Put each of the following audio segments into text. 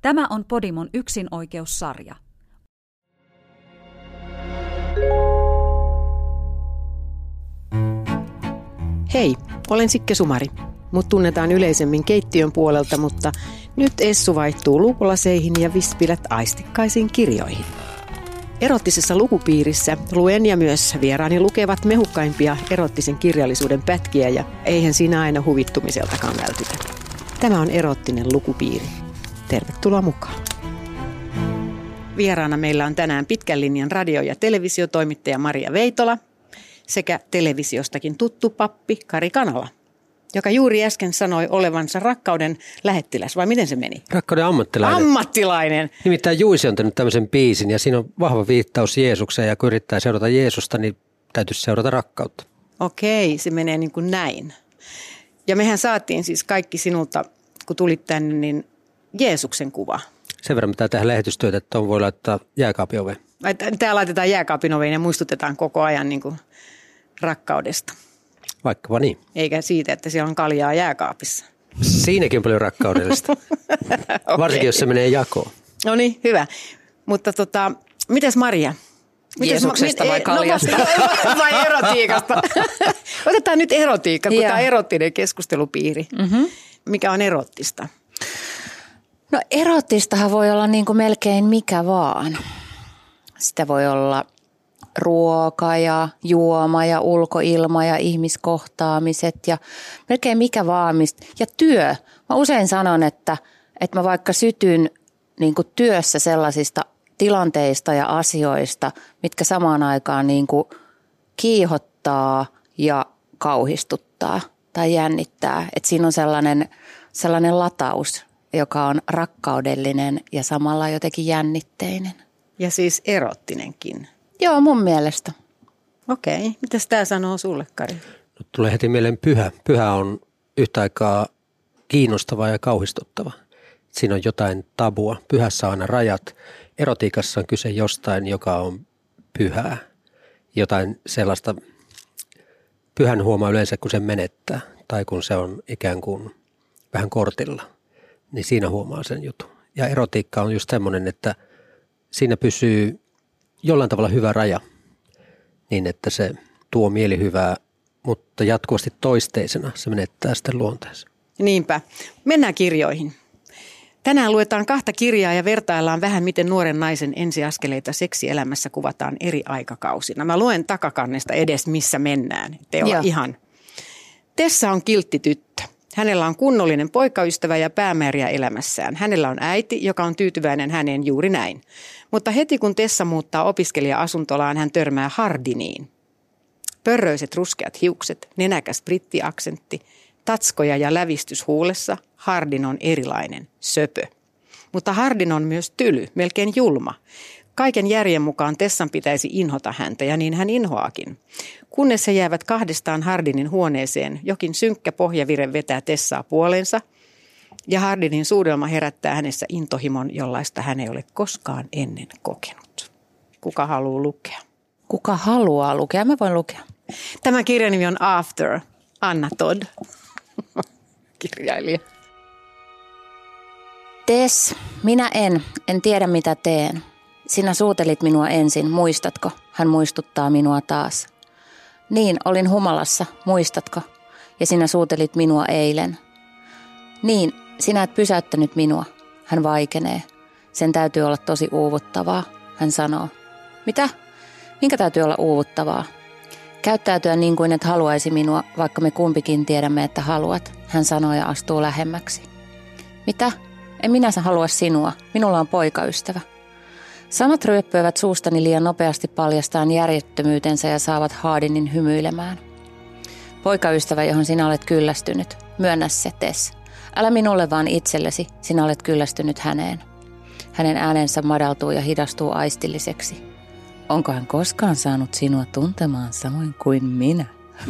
Tämä on Podimon yksinoikeussarja. Hei, olen Sikke Sumari. Mut tunnetaan yleisemmin keittiön puolelta, mutta nyt Essu vaihtuu lukulaseihin ja vispilät aistikkaisiin kirjoihin. Erottisessa lukupiirissä luen ja myös vieraani lukevat mehukkaimpia erottisen kirjallisuuden pätkiä ja eihän siinä aina huvittumiseltakaan vältytä. Tämä on erottinen lukupiiri. Tervetuloa mukaan. Vieraana meillä on tänään pitkän linjan radio- ja televisiotoimittaja Maria Veitola sekä televisiostakin tuttu pappi Kari Kanala, joka juuri äsken sanoi olevansa rakkauden lähettiläs, vai miten se meni? Rakkauden ammattilainen. Ammattilainen. Nimittäin Juisi on tehnyt tämmöisen biisin ja siinä on vahva viittaus Jeesukseen ja kun yrittää seurata Jeesusta, niin täytyisi seurata rakkautta. Okei, se menee niin kuin näin. Ja mehän saatiin siis kaikki sinulta, kun tulit tänne, niin Jeesuksen kuva. Sen verran pitää tehdä lähetystyötä, että on voi laittaa jääkaapin oveen. Tää laitetaan jääkaapin oveen ja muistutetaan koko ajan niin kuin rakkaudesta. Vaikkapa niin. Eikä siitä, että siellä on kaljaa jääkaapissa. Siinäkin on paljon rakkaudellista. Okay. Varsinkin, jos se menee jakoon. No niin, hyvä. Mutta mitäs Maria? Jeesuksesta vai kaljasta? Vai erotiikasta? Otetaan nyt erotiikka, kun tämä on erottinen keskustelupiiri. Mm-hmm. Mikä on erottista? No erottistahan voi olla niin kuin melkein mikä vaan. Sitä voi olla ruoka ja juoma ja ulkoilma ja ihmiskohtaamiset ja melkein mikä vaan. Ja työ. Mä usein sanon, että mä vaikka sytyn niin kuin työssä sellaisista tilanteista ja asioista, mitkä samaan aikaan niin kuin kiihottaa ja kauhistuttaa tai jännittää. Että siinä on sellainen lataus, joka on rakkaudellinen ja samalla jotenkin jännitteinen. Ja siis erottinenkin. Joo, mun mielestä. Okei. Mitäs tää sanoo sulle, Kari? No, tulee heti mieleen pyhä. Pyhä on yhtä aikaa kiinnostava ja kauhistuttava. Siinä on jotain tabua. Pyhässä on aina rajat. Erotiikassa on kyse jostain, joka on pyhää. Jotain sellaista, pyhän huomaa yleensä, kun se menettää tai kun se on ikään kuin vähän kortilla, niin siinä huomaa sen jutun. Ja erotiikka on just semmoinen, että siinä pysyy jollain tavalla hyvä raja niin, että se tuo mielihyvää, mutta jatkuvasti toisteisena se menettää sitten luonteensa. Niinpä. Mennään kirjoihin. Tänään luetaan 2 kirjaa ja vertaillaan vähän, miten nuoren naisen ensiaskeleita seksielämässä kuvataan eri aikakausina. Mä luen takakannesta edes, missä mennään. Ettei ole ihan. Tessa on kiltti tyttö. Hänellä on kunnollinen poikaystävä ja päämääriä elämässään. Hänellä on äiti, joka on tyytyväinen häneen juuri näin. Mutta heti kun Tessa muuttaa opiskelija-asuntolaan, hän törmää Hardiniin. Pörröiset ruskeat hiukset, nenäkäs brittiaksentti, tatskoja ja lävistys huulessa. Hardin on erilainen, söpö. Mutta Hardin on myös tyly, melkein julma. Kaiken järjen mukaan Tessan pitäisi inhota häntä ja niin hän inhoakin. Kunnes he jäävät kahdestaan Hardinin huoneeseen, jokin synkkä pohjavire vetää Tessaa puoleensa ja Hardinin suudelma herättää hänessä intohimon, jollaista hän ei ole koskaan ennen kokenut. Kuka haluaa lukea? Kuka haluaa lukea? Mä voin lukea. Tämä kirjan nimi on After, Anna Todd, kirjailija. Tess, minä en tiedä mitä teen. Sinä suutelit minua ensin, muistatko? Hän muistuttaa minua taas. Niin, olin humalassa, muistatko? Ja sinä suutelit minua eilen. Niin, sinä et pysäyttänyt minua. Hän vaikenee. Sen täytyy olla tosi uuvuttavaa, hän sanoo. Mitä? Minkä täytyy olla uuvuttavaa? Käyttäytyä niin kuin et haluaisi minua, vaikka me kumpikin tiedämme, että haluat, hän sanoo ja astuu lähemmäksi. Mitä? En minä halua sinua. Minulla on poikaystävä. Sanat ryöppyivät suustani liian nopeasti paljastaen järjettömyytensä ja saavat Hardinin hymyilemään. Poikaystävä, johon sinä olet kyllästynyt. Myönnä se, Tess. Älä minulle vaan itsellesi, sinä olet kyllästynyt häneen. Hänen äänensä madaltuu ja hidastuu aistilliseksi. Onko hän koskaan saanut sinua tuntemaan samoin kuin minä?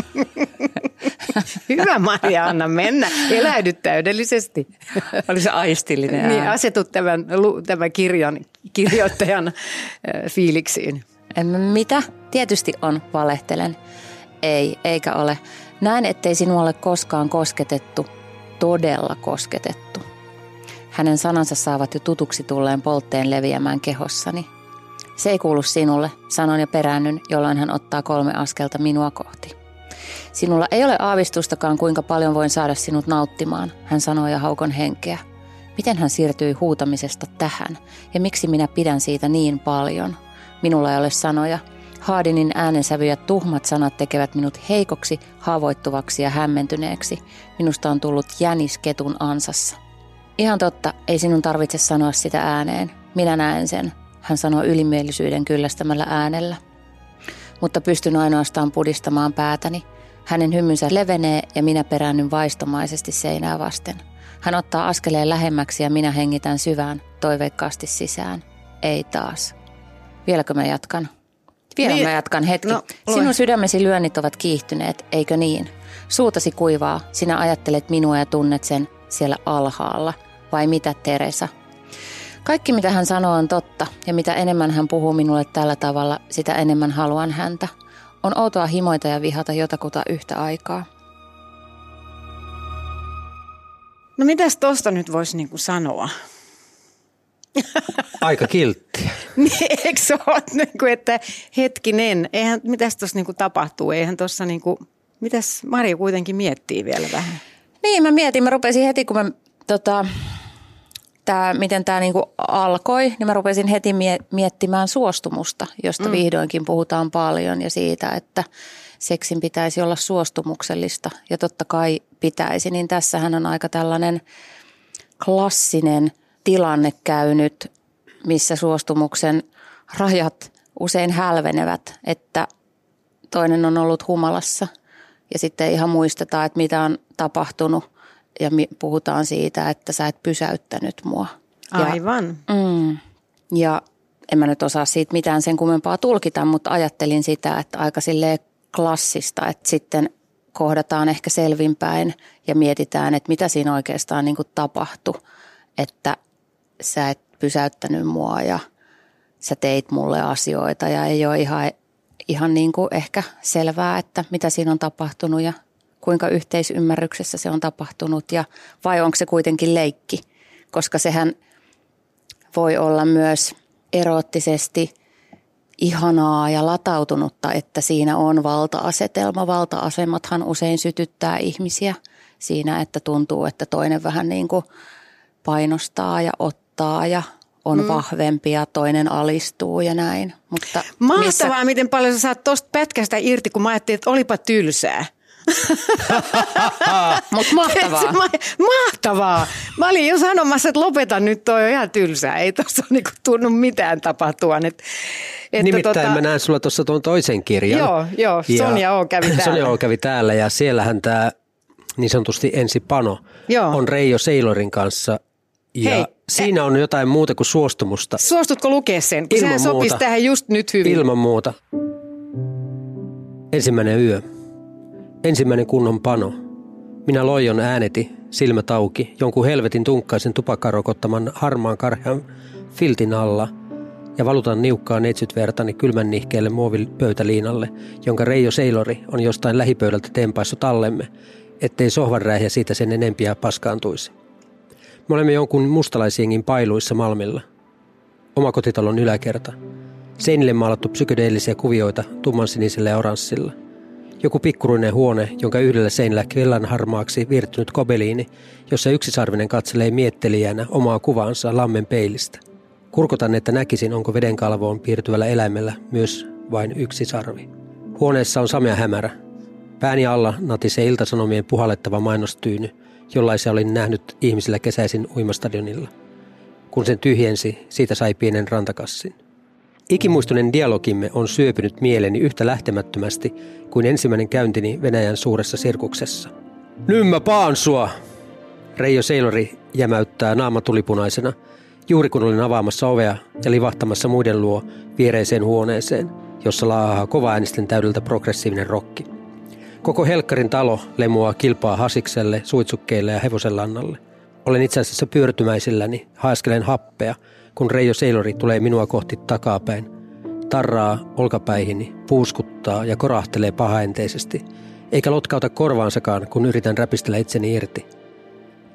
Hyvä Maria, anna mennä. Eläydy täydellisesti. Oli se aistillinen ääni. Niin, asetut tämän kirjan kirjoittajan fiiliksiin. Mitä? Tietysti on, valehtelen. Ei, eikä ole. Näen, ettei sinua ole koskaan kosketettu, todella kosketettu. Hänen sanansa saavat jo tutuksi tulleen poltteen leviämään kehossani. Se ei kuulu sinulle, sanon ja peräännyn, jolloin hän ottaa 3 askelta minua kohti. Sinulla ei ole aavistustakaan, kuinka paljon voin saada sinut nauttimaan, hän sanoo ja haukon henkeä. Miten hän siirtyi huutamisesta tähän ja miksi minä pidän siitä niin paljon? Minulla ei ole sanoja. Hardinin äänensävy ja tuhmat sanat tekevät minut heikoksi, haavoittuvaksi ja hämmentyneeksi. Minusta on tullut jänis ketun ansassa. Ihan totta, ei sinun tarvitse sanoa sitä ääneen. Minä näen sen, hän sanoo ylimielisyyden kyllästämällä äänellä. Mutta pystyn ainoastaan pudistamaan päätäni. Hänen hymynsä levenee ja minä peräännyn vaistomaisesti seinää vasten. Hän ottaa askeleen lähemmäksi ja minä hengitän syvään, toiveikkaasti sisään. Ei taas. Vieläkö mä jatkan? Vielä mä jatkan hetki. No, sinun sydämesi lyönnit ovat kiihtyneet, eikö niin? Suutasi kuivaa, sinä ajattelet minua ja tunnet sen siellä alhaalla. Vai mitä, Teresa? Kaikki mitä hän sanoo on totta ja mitä enemmän hän puhuu minulle tällä tavalla, sitä enemmän haluan häntä. On outoa himoita ja vihata jotakuta yhtä aikaa. No mitäs tosta nyt voisi niinku sanoa? Aika kilttiä. Eikö se ole niinku, että hetkinen, mitäs tuossa niinku tapahtuu? Eihän tuossa niinku, mitäs Mari kuitenkin miettii vielä vähän? Niin, mä rupesin heti, kun miten tämä niinku alkoi, niin mä rupesin heti miettimään suostumusta, josta vihdoinkin puhutaan paljon ja siitä, että seksin pitäisi olla suostumuksellista ja totta kai pitäisi, niin tässähän on aika tällainen klassinen tilanne käynyt, missä suostumuksen rajat usein hälvenevät, että toinen on ollut humalassa ja sitten ihan muistetaan, että mitä on tapahtunut ja puhutaan siitä, että sä et pysäyttänyt mua. Aivan. Ja en mä nyt osaa siitä mitään sen kummempaa tulkita, mutta ajattelin sitä, että aika silleen klassista, että sitten kohdataan ehkä selvinpäin ja mietitään, että mitä siinä oikeastaan niin kuin tapahtui, että sä et pysäyttänyt mua ja sä teit mulle asioita ja ei ole ihan niin kuin ehkä selvää, että mitä siinä on tapahtunut ja kuinka yhteisymmärryksessä se on tapahtunut ja vai onko se kuitenkin leikki, koska sehän voi olla myös eroottisesti ihanaa ja latautunutta, että siinä on valta-asetelma. Valta-asemathan usein sytyttää ihmisiä siinä, että tuntuu, että toinen vähän niin kuin painostaa ja ottaa ja on vahvempi ja toinen alistuu ja näin. Mutta mahtavaa, miten paljon sä saat tosta pätkästä irti, kun mä ajattelin, että olipa tylsää. Mutta mahtavaa. Mahtavaa. Mä olin jo sanomassa, että lopetan nyt, toi on ihan tylsää. Ei tuossa niinku tunnu mitään tapahtua. Nimittäin mä näen sulla tuossa tuon toisen kirjan. Joo, Sonja O. kävi täällä. Sonja O. kävi täällä ja siellähän tämä niin sanotusti ensipano on Reijo Seilorin kanssa. Ja hei, siinä on jotain muuta kuin suostumusta. Suostutko lukea sen? Kun sehän sopisi tähän just nyt hyvin. Ilman muuta. Ensimmäinen yö. Ensimmäinen kunnon pano. Minä loijon ääneti, silmät auki, jonkun helvetin tunkkaisen tupakkarokottaman harmaan karhean filtin alla ja valutan niukkaa neitsytvertani kylmän nihkeelle muovipöytäliinalle, jonka Reijo Seilori on jostain lähipöydältä tempaissut tallemme, ettei sohvanräihä siitä sen enempiä paskaantuisi. Me olemme jonkun mustalaisjengin pailuissa Malmilla. Omakotitalon yläkerta. Seinille maalattu psykedeellisiä kuvioita tummansinisellä ja oranssilla. Joku pikkuruinen huone, jonka yhdellä seinällä kellan harmaaksi viirtynyt kobeliini, jossa yksisarvinen katselee miettelijänä omaa kuvaansa lammen peilistä. Kurkotan, että näkisin, onko vedenkalvoon piirtyvällä eläimellä myös vain yksi sarvi. Huoneessa on samea hämärä. Pääni alla natisee Ilta-Sanomien puhallettava mainostyyny, jollaisia olin nähnyt ihmisillä kesäisin uimastadionilla. Kun sen tyhjensi, siitä sai pienen rantakassin. Ikimuistuinen dialogimme on syöpynyt mieleeni yhtä lähtemättömästi kuin ensimmäinen käyntini Venäjän suuressa sirkuksessa. Nyt mä paan sua! Reijo Seilori jämäyttää naama tulipunaisena, juuri kun olin avaamassa ovea ja livahtamassa muiden luo viereiseen huoneeseen, jossa laahaa kovaäänisten täydeltä progressiivinen rokki. Koko helkkarin talo lemuaa kilpaa hasikselle, suitsukkeille ja hevosenlannalle. Olen itse asiassa pyörtymäisilläni, haeskelen happea, kun Reijo Seilori tulee minua kohti takapäin. Tarraa olkapäihini, puuskuttaa ja korahtelee pahaenteisesti, eikä lotkauta korvaansakaan, kun yritän räpistellä itseni irti.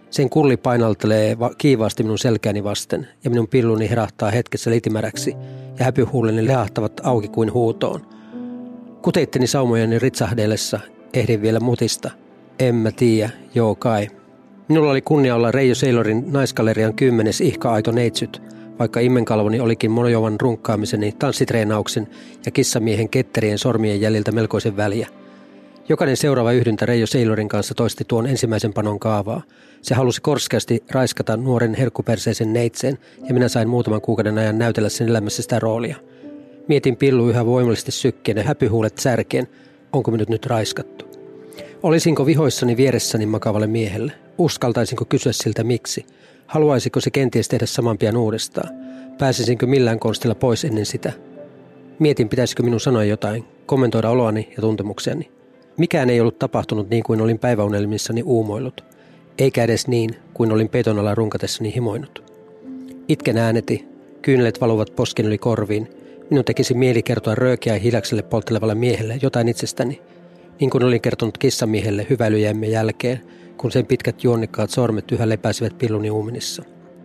Sen kulli painaltelee kiivaasti minun selkääni vasten ja minun pilluni herahtaa hetkessä litimäräksi ja häpyhuuleni lehahtavat auki kuin huutoon. Kuteitteni saumojeni ritsahdellessa, ehdin vielä mutista. En mä tiedä, joo kai. Minulla oli kunnia olla Reijo Seilorin naisgallerian 10. ihka-aito neitsyt, vaikka immenkalvoni olikin monojovan runkkaamiseni, tanssitreenauksen ja kissamiehen ketterien sormien jäljiltä melkoisen väliä. Jokainen seuraava yhdyntä Reijo Seilorin kanssa toisti tuon ensimmäisen panon kaavaa. Se halusi korskeasti raiskata nuoren herkkuperseisen neitseen ja minä sain muutaman kuukauden ajan näytellä sen elämässä sitä roolia. Mietin pillu yhä voimallisesti sykkeen ja häpyhuulet särkeen, onko minut nyt raiskattu. Olisinko vihoissani vieressäni makavalle miehelle? Uskaltaisinko kysyä siltä miksi? Haluaisiko se kenties tehdä saman pian uudestaan? Pääsisinkö millään konstilla pois ennen sitä? Mietin, pitäisikö minun sanoa jotain, kommentoida oloani ja tuntemuksiani. Mikään ei ollut tapahtunut niin kuin olin päiväunelmissani uumoillut, eikä edes niin kuin olin peiton alla runkatessani himoinut. Itken ääneti, kyynelet valuvat posken yli korviin. Minun tekisi mieli kertoa röökiä ja hilakselle polttelevalle miehelle jotain itsestäni, niin kuin olin kertonut kissamiehelle hyväilyjämme jälkeen, kun sen pitkät juonnikkaat sormet yhä lepäsivät pilluni uumenissa.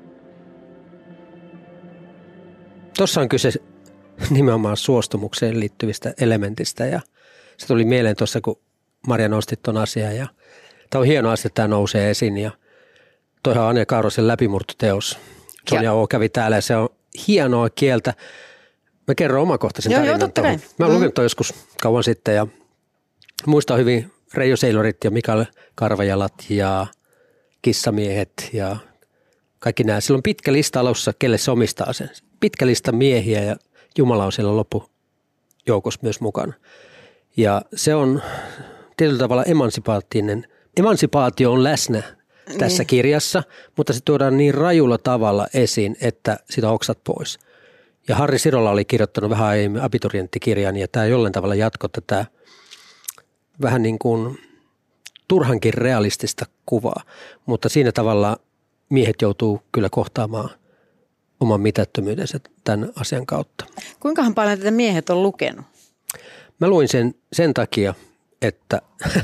Tuossa on kyse nimenomaan suostumukseen liittyvistä elementistä ja se tuli mieleen tuossa, kun Marja nosti tuon asian ja tämä on hieno asia, että tämä nousee esiin ja toihan on Anja Kaurosen läpimurtoteos. Sonja O. kävi täällä ja se on hienoa kieltä. Mä kerron omakohtaisen tarinan tuohon. Mä oon lukenut joskus kauan sitten ja muistan hyvin Reijo Seilorit ja Mikael Karvajalat ja kissamiehet ja kaikki nämä. Sillä on pitkä lista alussa, kelle se omistaa sen. Pitkä lista miehiä ja Jumala on siellä loppujoukossa myös mukana. Ja se on tietyllä tavalla emansipaatinen. Emansipaatio on läsnä tässä kirjassa, mutta se tuodaan niin rajulla tavalla esiin, että sitä oksat pois. Ja Harri Sirola oli kirjoittanut vähän aiemmin abiturienttikirjan ja tämä jollain tavalla jatkoi tätä vähän niin kuin turhankin realistista kuvaa, mutta siinä tavalla miehet joutuu kyllä kohtaamaan oman mitättömyytensä tämän asian kautta. Kuinkahan paljon tätä miehet on lukenut? Mä luin sen takia, että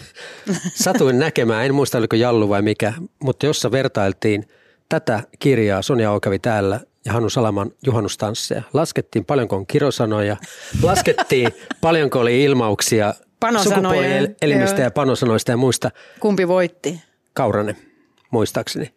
satuin näkemään, en muista oliko Jallu vai mikä, mutta jossa vertailtiin tätä kirjaa, Sonja O. kävi täällä ja Hannu Salaman juhannustansseja. Laskettiin paljonko on kirosanoja, laskettiin paljonko oli ilmauksia sukupuolielimistä ja panosanoista ja muista. Kumpi voitti? Kauranen, muistaakseni.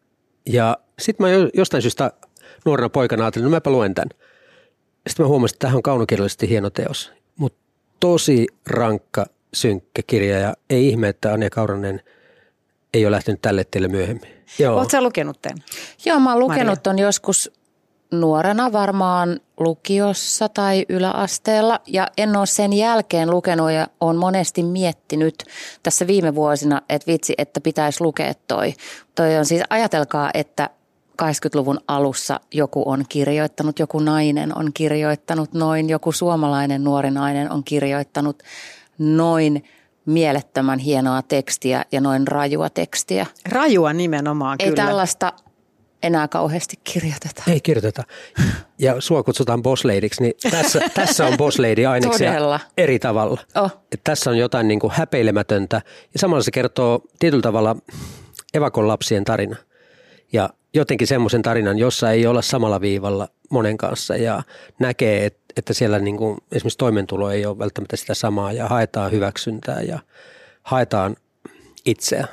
Ja sitten mä jostain syystä nuorena poikana ajattelin, no mäpä luen tämän. Sitten mä huomasin, että tämähän on kaunokirjallisesti hieno teos, mutta tosi rankka, synkkä kirja ja ei ihme, että Anja Kauranen ei ole lähtenyt tälle tielle myöhemmin. Oletko sä lukenut tämän? Joo, mä oon lukenut ton joskus nuorena varmaan lukiossa tai yläasteella ja en ole sen jälkeen lukenut ja olen monesti miettinyt tässä viime vuosina, että vitsi, että pitäisi lukea toi. Toi on siis, ajatelkaa, että 80-luvun alussa joku on kirjoittanut, joku nainen on kirjoittanut noin, joku suomalainen nuori nainen on kirjoittanut noin mielettömän hienoa tekstiä ja noin rajua tekstiä. Rajua nimenomaan, ei kyllä. Ei tällaista enää kauheasti kirjoiteta. Ei kirjoiteta. Ja sua kutsutaan boss ladyksi, niin tässä on boss lady aineksia eri tavalla. Että tässä on jotain niin kuin häpeilemätöntä ja samalla se kertoo tietyllä tavalla evakon lapsien tarina. Ja jotenkin semmoisen tarinan, jossa ei olla samalla viivalla monen kanssa ja näkee, että siellä niin kuin esimerkiksi toimeentulo ei ole välttämättä sitä samaa ja haetaan hyväksyntää ja haetaan itseä.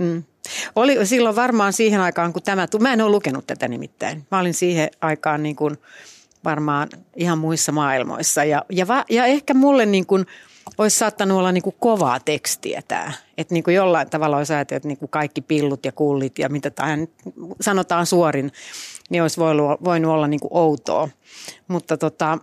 Oli silloin varmaan siihen aikaan, kun mä en ole lukenut tätä nimittäin. Mä olin siihen aikaan niin kuin varmaan ihan muissa maailmoissa ja ehkä mulle niin kuin olisi saattanut olla niin kuin kovaa tekstiä tämä. Että niin kuin jollain tavalla olisi ajatellut, että niin kuin kaikki pillut ja kullit ja mitä tähän sanotaan suorin, niin olisi voinut olla niin kuin outoa. Mutta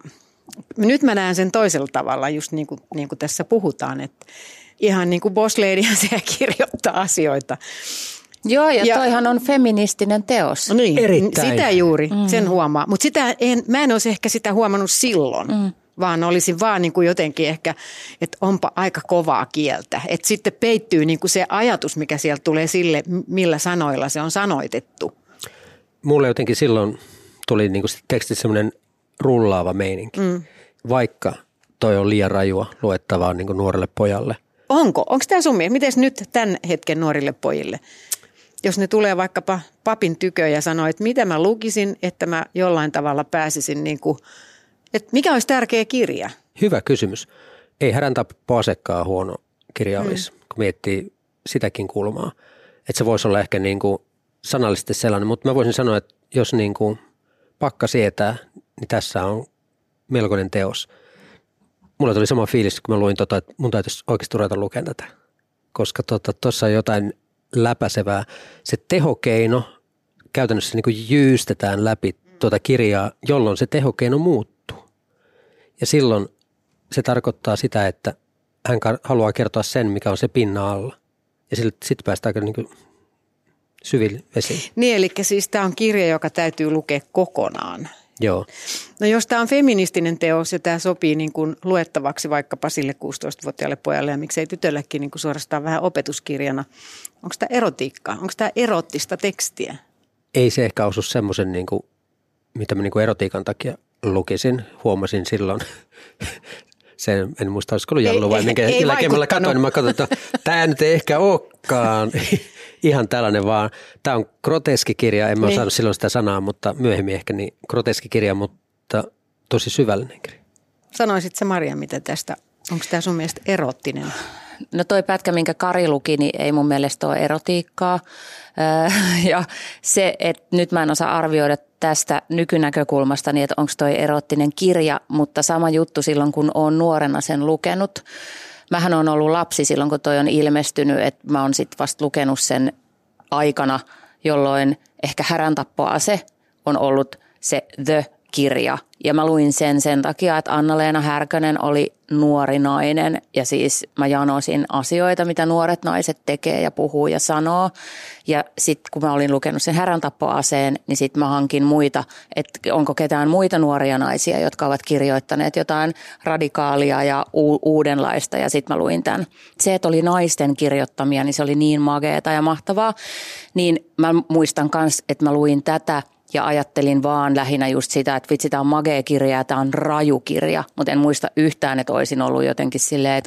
nyt mä näen sen toisella tavalla, just niin kuin tässä puhutaan, että ihan niin kuin boss ladyhan se kirjoittaa asioita. Joo, ja toihan on feministinen teos. Niin, erittäin. Sitä juuri, sen huomaa. Mutta mä en olisi ehkä sitä huomannut silloin. Vaan olisin vaan niin kuin jotenkin ehkä, että onpa aika kovaa kieltä. Että sitten peittyy niin kuin se ajatus, mikä sieltä tulee sille, millä sanoilla se on sanoitettu. Mulle jotenkin silloin tuli niin kuin tekstissä semmoinen rullaava meininki, vaikka toi on liian rajua luettavaa niin kuin nuorelle pojalle. Onko tämä sun mielestä? Miten nyt tämän hetken nuorille pojille? Jos ne tulee vaikkapa papin tykö ja sanoo, että mitä mä lukisin, että mä jollain tavalla pääsisin, niin kuin, että mikä olisi tärkeä kirja? Hyvä kysymys. Ei Häräntapppo asekaan huono kirja olisi, kun miettii sitäkin kulmaa. Että se voisi olla ehkä niin kuin sanallisesti sellainen, mutta mä voisin sanoa, että jos niin kuin pakka sietää, niin tässä on melkoinen teos. Mulla tuli sama fiilis, kun mä luin että mun täytyisi oikeasti ruveta lukemaan tätä, koska tuossa on jotain läpäisevää. Se tehokeino käytännössä niin kuin jyystetään läpi tuota kirjaa, jolloin se tehokeino muuttuu. Ja silloin se tarkoittaa sitä, että hän haluaa kertoa sen, mikä on se pinna alla. Ja sitten päästään aika niin kuin syville vesiin. Niin, eli siis tämä on kirja, joka täytyy lukea kokonaan. Joo. No jos tämä on feministinen teos ja tämä sopii niin kuin luettavaksi vaikkapa sille 16-vuotiaalle pojalle ja miksei tytöllekin niin kuin suorastaan vähän opetuskirjana. Onko tämä erotiikkaa? Onko tämä erottista tekstiä? Ei se ehkä osu semmoisen, niin kuin, mitä mä niin kuin erotiikan takia lukisin. Huomasin silloin, sen, en muista olisiko ollut Jallu vai minkä jälkeen mä katsoin, niin mä katsoin, että tämä nyt ei ehkä olekaan ihan tällainen, vaan tämä on groteski kirja. En mä saanut silloin sitä sanaa, mutta myöhemmin ehkä niin groteski kirja, mutta tosi syvällinen kirja. Sanoisit sä Maria, mitä tästä, onko tämä sun mielestä erottinen? No toi pätkä, minkä Kari luki, niin ei mun mielestä ole erotiikkaa. Ja se, että nyt mä en osaa arvioida tästä nykynäkökulmasta, niin että onko toi erottinen kirja, mutta sama juttu silloin, kun oon nuorena sen lukenut. Mähän on ollut lapsi silloin, kun toi on ilmestynyt, että mä oon sitten vasta lukenut sen aikana, jolloin ehkä Häräntapppo-ase on ollut se The-kirja. Ja mä luin sen takia, että Anna-Leena Härkönen oli nuori nainen ja siis mä janosin asioita, mitä nuoret naiset tekee ja puhuu ja sanoo. Ja sitten kun mä olin lukenut sen Häräntapppo-aseen, niin sitten mä hankin muita, että onko ketään muita nuoria naisia, jotka ovat kirjoittaneet jotain radikaalia ja uudenlaista ja sitten mä luin tämän. Se, että oli naisten kirjoittamia, niin se oli niin mageeta ja mahtavaa. Niin mä muistan myös, että mä luin tätä. Ja ajattelin vaan lähinnä just sitä, että vitsi, tämä on magea kirja ja tämä on raju kirja. Mutta en muista yhtään, että olisin ollut jotenkin silleen,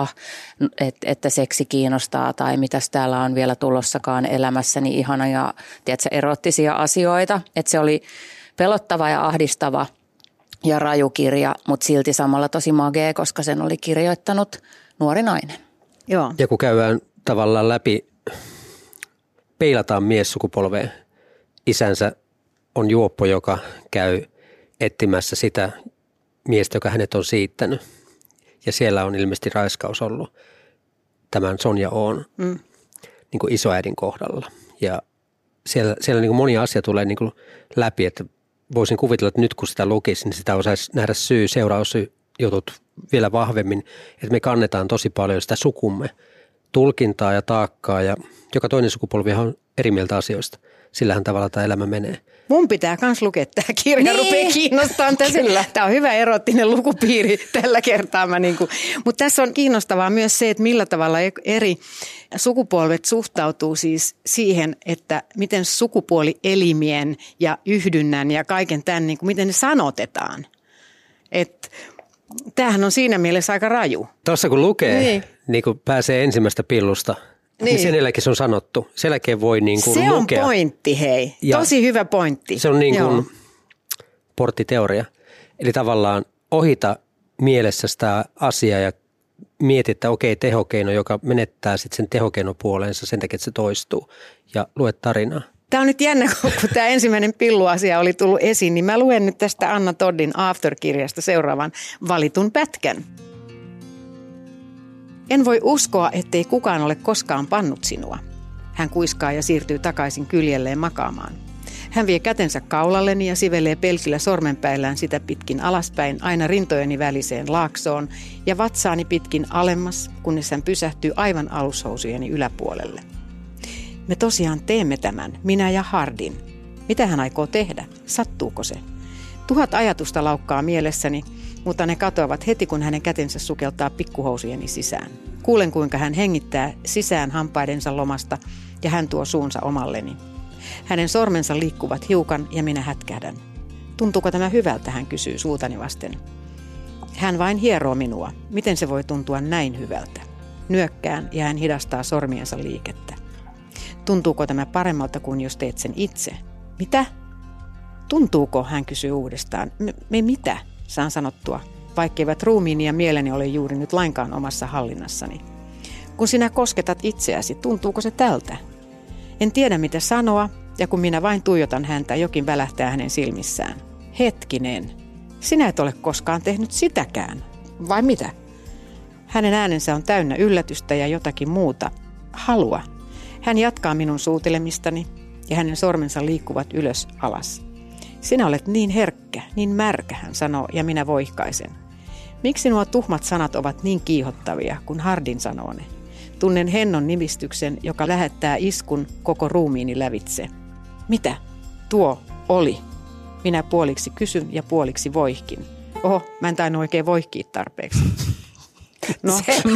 että seksi kiinnostaa tai mitäs täällä on vielä tulossakaan elämässäni ihana ja tiedätkö, erottisia asioita. Että se oli pelottava ja ahdistava ja raju kirja, mutta silti samalla tosi magea, koska sen oli kirjoittanut nuori nainen. Joo. Ja kun käydään tavallaan läpi, peilataan miessukupolveen, isänsä on juoppo, joka käy etsimässä sitä miestä, joka hänet on siittänyt. Ja siellä on ilmeisesti raiskaus ollut tämän Sonja Oon niin kuin isoäidin kohdalla. Ja siellä niin kuin moni asia tulee niin kuin läpi, että voisin kuvitella, että nyt kun sitä lukisi, niin sitä osaisi nähdä seurausjutut vielä vahvemmin. Että me kannetaan tosi paljon sitä sukumme tulkintaa ja taakkaa ja joka toinen sukupolvi on eri mieltä asioista. Sillähän tavalla tämä elämä menee. Mun pitää myös lukea tämä kirja, rupeaa kiinnostamaan tässä. Tämä on hyvä erottinen lukupiiri tällä kertaa. Mutta tässä on kiinnostavaa myös se, että millä tavalla eri sukupolvet suhtautuu siis siihen, että miten sukupuolielimien ja yhdynnän ja kaiken tämän, niin kuin miten ne sanotetaan. Tämähän on siinä mielessä aika raju. Tuossa kun lukee, niin kun pääsee ensimmäistä pillusta, niin sen jälkeen se on sanottu. Sen jälkeen voi niin kuin se lukea. On pointti, hei. Ja tosi hyvä pointti. Se on niin kuin porttiteoria. Eli tavallaan ohita mielessä sitä asiaa ja mieti, että okei, tehokeino, joka menettää sitten sen tehokeinopuoleensa sen takia, että se toistuu. Ja luet tarinaa. Tämä on nyt jännä, kun tämä ensimmäinen pilluasia oli tullut esiin, niin mä luen nyt tästä Anna Toddin After-kirjasta seuraavan valitun pätkän. En voi uskoa, ettei kukaan ole koskaan pannut sinua. Hän kuiskaa ja siirtyy takaisin kyljelleen makaamaan. Hän vie kätensä kaulalleni ja sivelee pelkillä sormenpäillään sitä pitkin alaspäin aina rintojeni väliseen laaksoon ja vatsaani pitkin alemmas, kunnes hän pysähtyy aivan alushousujeni yläpuolelle. Me tosiaan teemme tämän, minä ja Hardin. Mitä hän aikoo tehdä? Sattuuko se? 1000 ajatusta laukkaa mielessäni, mutta ne katoavat heti, kun hänen kätensä sukeltaa pikkuhousujeni sisään. Kuulen, kuinka hän hengittää sisään hampaidensa lomasta ja hän tuo suunsa omalleni. Hänen sormensa liikkuvat hiukan ja minä hätkähdän. Tuntuuko tämä hyvältä, hän kysyy suutani vasten. Hän vain hieroo minua. Miten se voi tuntua näin hyvältä? Nyökkään ja hän hidastaa sormiensa liikettä. Tuntuuko tämä paremmalta kuin jos teet sen itse? Mitä? Tuntuuko, hän kysyy uudestaan. Me mitä, saan sanottua, vaikkeivät ruumiini ja mieleni ole juuri nyt lainkaan omassa hallinnassani. Kun sinä kosketat itseäsi, tuntuuko se tältä? En tiedä mitä sanoa, ja kun minä vain tuijotan häntä, jokin välähtää hänen silmissään. Hetkinen, sinä et ole koskaan tehnyt sitäkään. Vai mitä? Hänen äänensä on täynnä yllätystä ja jotakin muuta. Halua. Hän jatkaa minun suutelemistani ja hänen sormensa liikkuvat ylös alas. Sinä olet niin herkkä, niin märkä, hän sanoo, ja minä voihkaisen. Miksi nuo tuhmat sanat ovat niin kiihottavia, kun Hardin sanoo ne? Tunnen hennon nimistyksen, joka lähettää iskun koko ruumiini lävitse. Mitä? Tuo oli. Minä puoliksi kysyn ja puoliksi voihkin. Oho, mä en tainnut oikein voihkia tarpeeksi. No,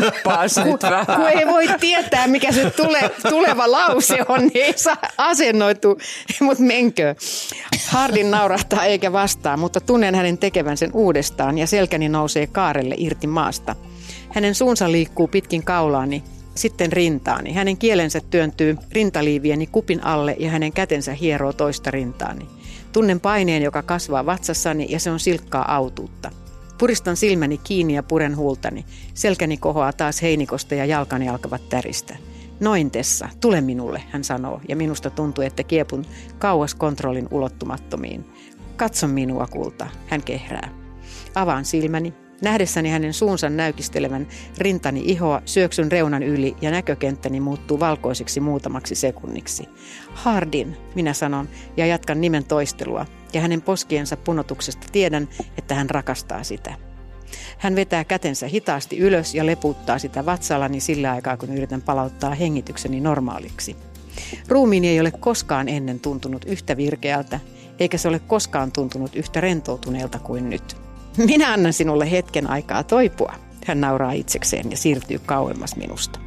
kun ei voi tietää, mikä se tuleva lause on, niin ei saa asennoitua, mutta menkö. Hardin naurahtaa eikä vastaa, mutta tunnen hänen tekevän sen uudestaan ja selkäni nousee kaarelle irti maasta. Hänen suunsa liikkuu pitkin kaulaani, sitten rintaani. Hänen kielensä työntyy rintaliivieni kupin alle ja hänen kätensä hieroo toista rintaani. Tunnen paineen, joka kasvaa vatsassani ja se on silkkaa autuutta. Puristan silmäni kiinni ja puren huultani. Selkäni kohoaa taas heinikosta ja jalkani alkavat täristä. Noin Tessa, tule minulle, hän sanoo, ja minusta tuntuu, että kiepun kauas kontrollin ulottumattomiin. Katso minua, kulta, hän kehrää. Avaan silmäni. Nähdessäni hänen suunsa näykistelevän rintani ihoa, syöksyn reunan yli ja näkökenttäni muuttuu valkoiseksi muutamaksi sekunniksi. Hardin, minä sanon ja jatkan nimen toistelua. Ja hänen poskiensa punotuksesta tiedän, että hän rakastaa sitä. Hän vetää kätensä hitaasti ylös ja leputtaa sitä vatsallani sillä aikaa, kun yritän palauttaa hengitykseni normaaliksi. Ruumiini ei ole koskaan ennen tuntunut yhtä virkeältä, eikä se ole koskaan tuntunut yhtä rentoutuneelta kuin nyt. Minä annan sinulle hetken aikaa toipua. Hän nauraa itsekseen ja siirtyy kauemmas minusta.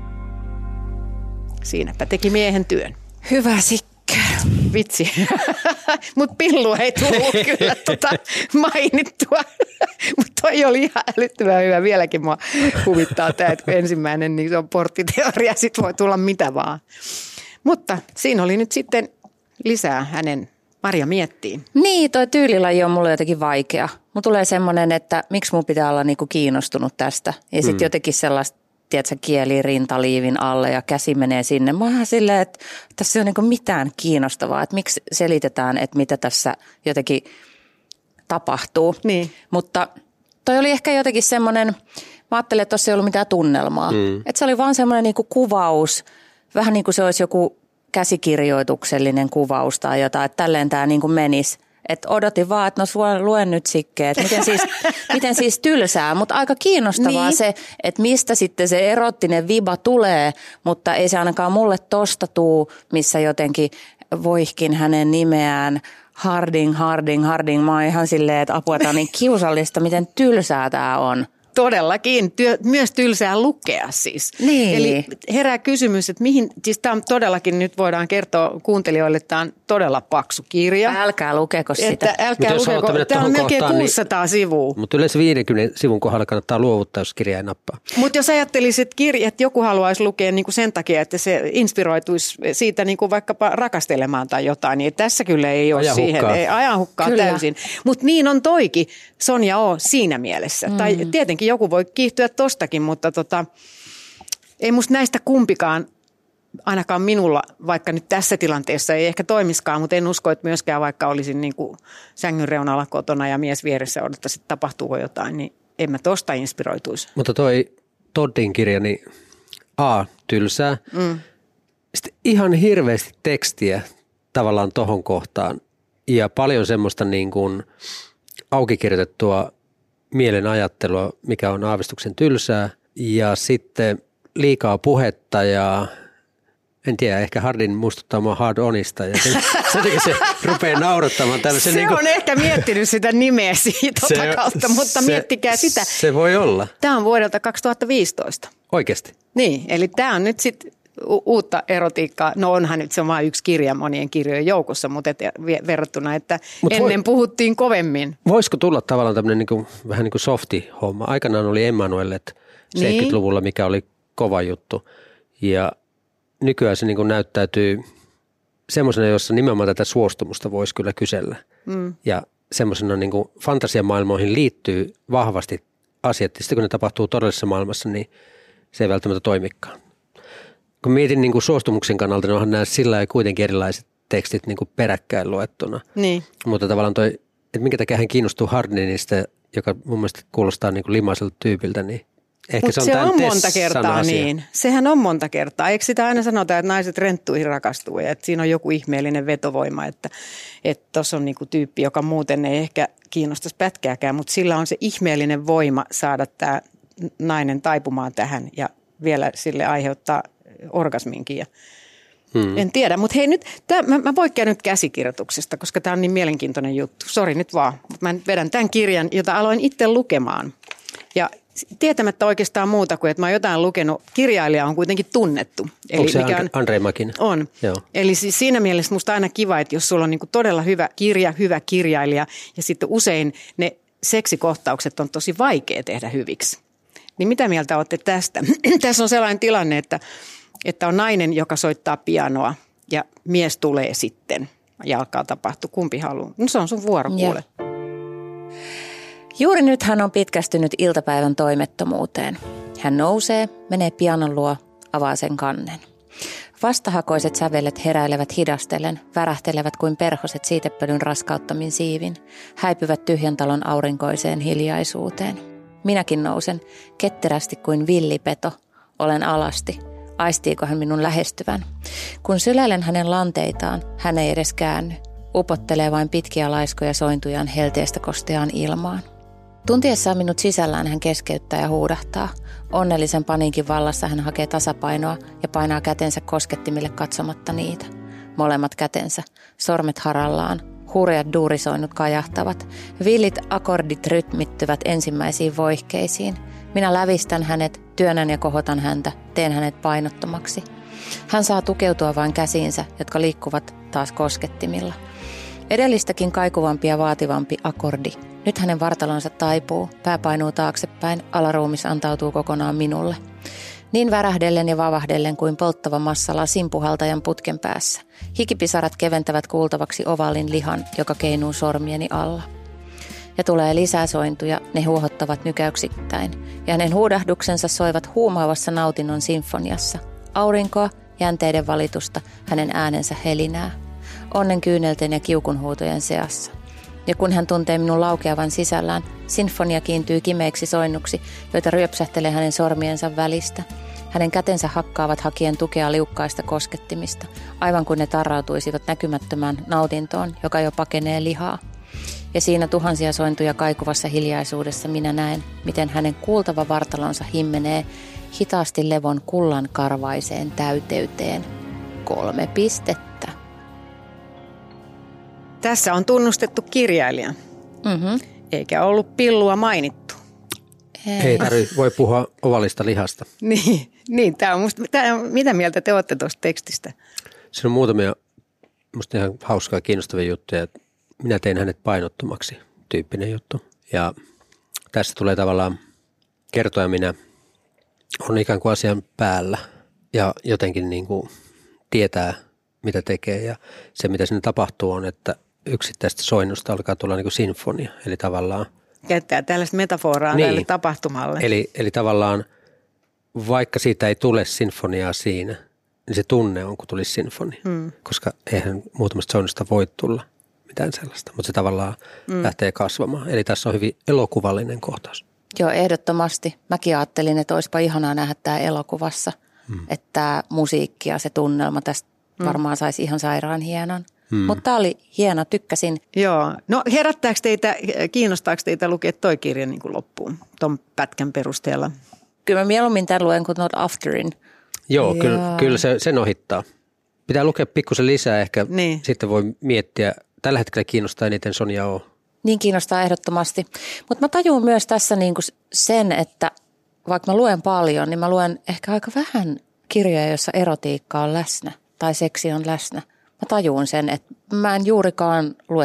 Siinäpä teki miehen työn. Hyvä Sikke. Vitsi, mutta pillu ei tullut kyllä mainittua, mutta toi oli ihan älyttömän hyvä. Vieläkin mua huvittaa tämä, että ensimmäinen niin se on porttiteoria, sit voi tulla mitä vaan. Mutta siinä oli nyt sitten lisää hänen Marja miettii. Niin, toi tyylilaji on mulle jotenkin vaikea. Mulla tulee semmoinen, että miksi mun pitää olla niinku kiinnostunut tästä. Ja sitten jotenkin sellaista, tiedätkö, kieli rintaliivin alle ja käsi menee sinne. Mä oon ihan silleen, että tässä ei ole niinku mitään kiinnostavaa. Että miksi selitetään, että mitä tässä jotenkin tapahtuu. Niin. Mutta toi oli ehkä jotenkin semmoinen, mä ajattelin, että tuossa ei ollut mitään tunnelmaa. Että se oli vaan semmoinen niinku kuvaus, vähän niin kuin se olisi joku käsikirjoituksellinen kuvaus tai jotain, että tälleen tämä niin kuin menisi. Että odotin vaan, että no luen nyt Sikke, että miten siis tylsää, mutta aika kiinnostavaa niin. Se, että mistä sitten se erottinen viba tulee, mutta ei se ainakaan mulle tosta tuu, missä jotenkin voihkin hänen nimeään Harding. Mä oon ihan silleen, että apua, tämä on niin kiusallista, miten tylsää tämä on. Todellakin, myös tylsää lukea siis. Niin. Eli herää kysymys, että mihin, siis tämä on todellakin, nyt voidaan kertoa kuuntelijoille, että tämä on todella paksu kirja. Älkää lukeko sitä. Älkää lukeko, tämä on melkein 600 sivua. Mutta yleensä 50 sivun kohdalla kannattaa luovuttaa, jos kirja ei nappaa. Mutta jos ajattelisit että joku haluaisi lukea niin kuin sen takia, että se inspiroituisi siitä niin kuin vaikkapa rakastelemaan tai jotain, niin tässä kyllä ei ole siihen. Ei ajan hukkaa täysin. Mutta niin on toikin, Sonja O, siinä mielessä. Tai tietenkin joku voi kiihtyä tostakin, mutta ei musta näistä kumpikaan, ainakaan minulla, vaikka nyt tässä tilanteessa ei ehkä toimiskaan, mutta en usko, että myöskään vaikka olisin niin kuin sängyn reunalla kotona ja mies vieressä odottaisi, että tapahtuuko jotain, niin en mä tosta inspiroituisi. Mutta toi Toddin kirja, niin tylsää. Sitten ihan hirveästi tekstiä tavallaan tohon kohtaan ja paljon semmoista niin kuin aukikirjoitettua mielen ajattelua, mikä on aavistuksen tylsää, ja sitten liikaa puhetta ja en tiedä, ehkä Hardin muistuttaa mua Hard Onista ja se rupeaa naurattamaan tällaisen. Se on ehkä miettinyt sitä nimeä siitä kautta, mutta miettikää sitä. Se voi olla. Tämä on vuodelta 2015. Oikeasti? Niin, eli tämä on nyt sitten uutta erotiikkaa. No onhan nyt se on vain yksi kirja monien kirjojen joukossa, mutta verrattuna, että ennen puhuttiin kovemmin. Voisiko tulla tavallaan tämmöinen vähän niin kuin softi-homma? Aikanaan oli Emmanuel 70-luvulla, mikä oli kova juttu. Ja nykyään se niin kuin näyttäytyy semmoisena, jossa nimenomaan tätä suostumusta voisi kyllä kysellä. Ja semmoisena niin kuin fantasiamaailmoihin liittyy vahvasti asiat, ja sitten kun ne tapahtuu todellisessa maailmassa, niin se ei välttämättä toimikaan. Kun mietin niin kuin suostumuksen kannalta, niin onhan nämä sillä lailla kuitenkin erilaiset tekstit niin kuin peräkkäin luettuna. Niin. Mutta tavallaan toi, että minkä takia hän kiinnostuu Hardinista, joka mun mielestä kuulostaa niin kuin limaiselta tyypiltä, niin ehkä se on monta kertaa niin. Sehän on monta kertaa. Eikö sitä aina sanota, että naiset renttuihin rakastuu ja että siinä on joku ihmeellinen vetovoima, että tuossa on niinku tyyppi, joka muuten ei ehkä kiinnostaisi pätkääkään, mutta sillä on se ihmeellinen voima saada tämä nainen taipumaan tähän ja vielä sille aiheuttaa orgasminkin. En tiedä, mutta hei nyt, mä poikkean nyt käsikirjoituksesta, koska tämä on niin mielenkiintoinen juttu. Sori nyt vaan, mutta mä vedän tämän kirjan, jota aloin itse lukemaan. Ja tietämättä oikeastaan muuta kuin, että mä oon jotain lukenut. Kirjailija on kuitenkin tunnettu. Eli onko se Andrei Makinen? On. Joo. Eli siis siinä mielessä musta aina kiva, että jos sulla on niinku todella hyvä kirja, hyvä kirjailija ja sitten usein ne seksikohtaukset on tosi vaikea tehdä hyviksi. Niin mitä mieltä olette tästä? Tässä on sellainen tilanne, että on nainen, joka soittaa pianoa ja mies tulee sitten ja alkaa tapahtua. Kumpi haluaa? No se on sun vuoro, kuule. Juuri nyt hän on pitkästynyt iltapäivän toimettomuuteen. Hän nousee, menee pianon luo, avaa sen kannen. Vastahakoiset sävelet heräilevät hidastellen, värähtelevät kuin perhoset siitepölyn raskauttamin siivin, häipyvät tyhjän talon aurinkoiseen hiljaisuuteen. Minäkin nousen, ketterästi kuin villipeto, olen alasti. Aistiiko hän minun lähestyvän? Kun syleilen hänen lanteitaan, hän ei edes käänny. Upottelee vain pitkiä laiskoja sointujaan helteestä kosteaan ilmaan. Tuntiessaan minut sisällään hän keskeyttää ja huudahtaa. Onnellisen paniikin vallassa hän hakee tasapainoa ja painaa kätensä koskettimille katsomatta niitä. Molemmat kätensä, sormet harallaan, hurjat duurisoinnut kajahtavat. Villit akordit rytmittyvät ensimmäisiin voihkeisiin. Minä lävistän hänet, työnnän ja kohotan häntä, teen hänet painottomaksi. Hän saa tukeutua vain käsiinsä, jotka liikkuvat taas koskettimilla. Edellistäkin kaikuvampi ja vaativampi akordi. Nyt hänen vartalonsa taipuu, pää painuu taaksepäin, alaruumis antautuu kokonaan minulle. Niin värähdellen ja vavahdellen kuin polttava massa lasin puhaltajan putken päässä. Hikipisarat keventävät kuultavaksi ovaalin lihan, joka keinuu sormieni alla. Ja tulee lisää sointuja, ne huohottavat nykäyksittäin. Ja hänen huudahduksensa soivat huumaavassa nautinnon sinfoniassa. Aurinkoa, jänteiden valitusta, hänen äänensä helinää. Onnen kyynelten ja kiukunhuutojen seassa. Ja kun hän tuntee minun laukeavan sisällään, sinfonia kiintyy kimeiksi soinnuksi, joita ryöpsähtelee hänen sormiensa välistä. Hänen kätensä hakkaavat hakien tukea liukkaista koskettimista, aivan kuin ne tarrautuisivat näkymättömään nautintoon, joka jo pakenee lihaa. Ja siinä tuhansia sointuja kaikuvassa hiljaisuudessa minä näen, miten hänen kuultava vartalonsa himmenee hitaasti levon kullan karvaiseen täyteyteen. 3 pistettä. Tässä on tunnustettu kirjailija, eikä ollut pillua mainittu. Ei tarvitse, voi puhua ovalista lihasta. Niin tämä on mitä mieltä te olette tuosta tekstistä? Siinä on muutamia musta ihan hauskaa ja kiinnostavia juttuja. Minä tein hänet painottomaksi tyyppinen juttu. Ja tässä tulee tavallaan kertoja minä on ikään kuin asian päällä ja jotenkin niin kuin tietää, mitä tekee. Ja se, mitä siinä tapahtuu, on, että yksittäistä soinnusta alkaa tulla niin kuin sinfonia. Eli tavallaan käyttää tällaista metaforaa tälle tapahtumalle. Eli tavallaan vaikka siitä ei tule sinfoniaa siinä, niin se tunne on, kun tulisi sinfonia. Koska eihän muutamasta soinnusta voi tulla mitään sellaista, mutta se tavallaan lähtee kasvamaan. Eli tässä on hyvin elokuvallinen kohtaus. Joo, ehdottomasti. Mäkin ajattelin, että olisipa ihanaa nähdä tämä elokuvassa, että tämä musiikki ja se tunnelma tästä varmaan saisi ihan sairaan hienon. Mutta tämä oli hieno, tykkäsin. Joo, no kiinnostaako teitä lukea toi kirja niin kuin loppuun, ton pätkän perusteella? Kyllä mä mieluummin tämän luen kuin Not Afterin. Joo, kyllä sen ohittaa. Pitää lukea pikkusen lisää ehkä, sitten voi miettiä. Tällä hetkellä kiinnostaa eniten Sonja O. Niin kiinnostaa ehdottomasti, mutta mä tajun myös tässä niinku sen, että vaikka mä luen paljon, niin mä luen ehkä aika vähän kirjoja, joissa erotiikka on läsnä tai seksi on läsnä. Mä tajun sen, että mä en juurikaan lue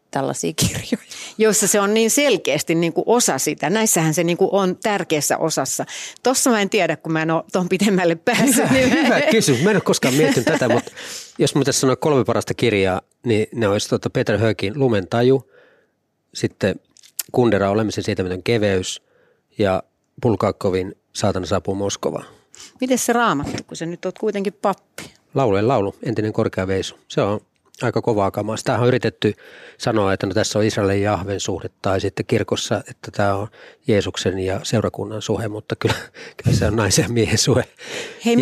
tällaisia kirjoja. Joissa se on niin selkeästi niin kuin osa sitä. Näissähän se niin kuin on tärkeässä osassa. Tossa mä en tiedä, kun mä en ole tuon pidemmälle päässyt. Hyvä kysymys. Mä en ole koskaan miettinyt tätä, mutta jos mä tässä sanoin 3 parasta kirjaa, niin ne olisi Peter Höökin Lumen taju, sitten Kundera Olemisen sietämätön keveys ja Bulgakovin Saatana saapuu Moskovaan. Miten se Raamattu, kun sä nyt oot kuitenkin pappi? Laulujen laulu, entinen korkea veisu. Se on aika kovaa kamaa. Sitähän on yritetty sanoa, että no tässä on Israelin ja Jahven suhde tai sitten kirkossa, että tämä on Jeesuksen ja seurakunnan suhe, mutta kyllä se on naisen ja miehen suhe. Hei,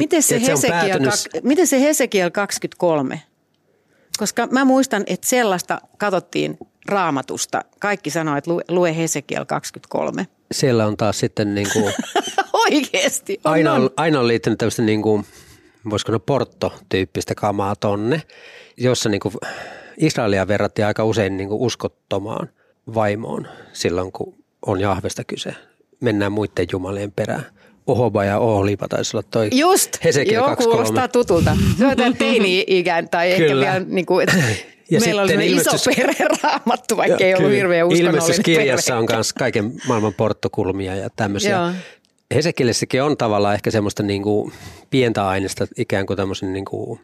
miten se Hesekiel 23? Koska mä muistan, että sellaista katsottiin Raamatusta. Kaikki sanoo, että lue Hesekiel 23. Siellä on taas sitten niin kuin oikeasti. Aina on liittynyt tämmöistä niin kuin, voisiko ne Porto-tyyppistä kamaa tonne, jossa niin kuin Israelia verrattiin aika usein niin kuin uskottomaan vaimoon silloin, kun on Jahvesta kyse. Mennään muiden jumalien perään. Ohoba ja Oholiba taisi olla toi Hesekiel 23. Joo, kuulostaa tutulta. Se on tämän teini-ikään tai ehkä vielä niin kuin, meillä oli sellainen iso perheraamattu, vaikka ei ollut hirveän uskonnollinen perhe. Ilmestyskirjassa on myös kaiken maailman porttokulmia ja tämmöisiä. Joo. Hesekielissäkin on tavallaan ehkä semmoista niin kuin pientä aineesta ikään kuin tämmöisen niin kuin,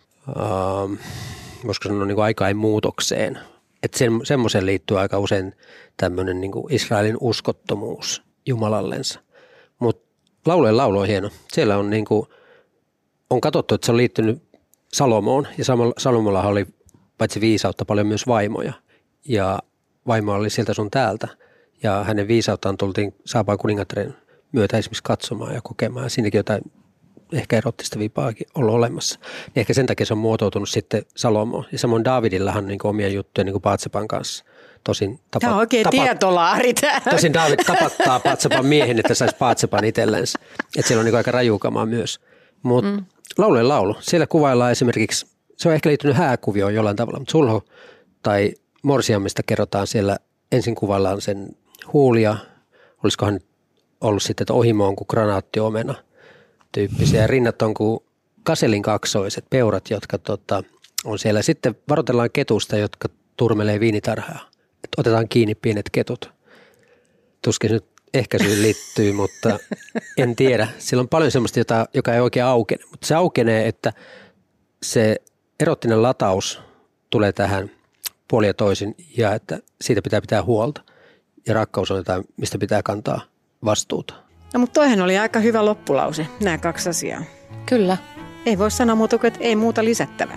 voisiko sanoa niin kuin aikain muutokseen. Että semmoiseen liittyy aika usein tämmöinen niin kuin Israelin uskottomuus Jumalallensa. Mutta laulujen laulu on hieno. Siellä on, niin kuin, on katsottu, että se on liittynyt Salomoon ja Salomollahan oli paitsi viisautta paljon myös vaimoja. Ja vaimo oli sieltä sun täältä ja hänen viisauttaan tultiin Saapaan kuningattaren myötä esimerkiksi katsomaan ja kokemaan. Siinäkin jotain ehkä erottista vipaakin ollut olemassa. Niin ehkä sen takia se on muotoutunut sitten Salomoon. Ja samoin Daavidillahan on niin omia juttuja niin kuin Baatseban kanssa. Tämä on oikein tietolaari tämä. Tosin Daavid tapattaa Baatseban miehen, että saisi Baatseban itsellensä. Että siellä on niin aika rajuukamaa myös. Mutta laulujen laulu. Siellä kuvaillaan esimerkiksi, se on ehkä liittynyt hääkuvioon jollain tavalla, mutta sulho tai morsiammista kerrotaan siellä, ensin kuvaillaan sen huulia, olisikohan ollut sitten, että ohimo on kuin granaattiomena tyyppisiä. Ja rinnat on kuin kaselin kaksoiset peurat, jotka on siellä. Sitten varoitellaan ketusta, jotka turmelee viinitarhaa. Että otetaan kiinni pienet ketut. Tuskin nyt ehkäisyyn liittyy, mutta en tiedä. Siellä on paljon semmoista, joka ei oikein aukene. Mutta se aukenee, että se erottinen lataus tulee tähän puolin ja toisin ja että siitä pitää huolta. Ja rakkaus on jotain, mistä pitää kantaa vastuuta. No mutta toihan oli aika hyvä loppulause, nämä 2 asiaa. Kyllä. Ei voi sanoa muuta kuin, että ei muuta lisättävää.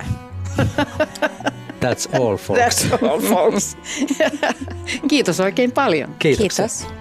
That's all, folks. That's all, folks. Kiitos oikein paljon. Kiitoksia. Kiitos.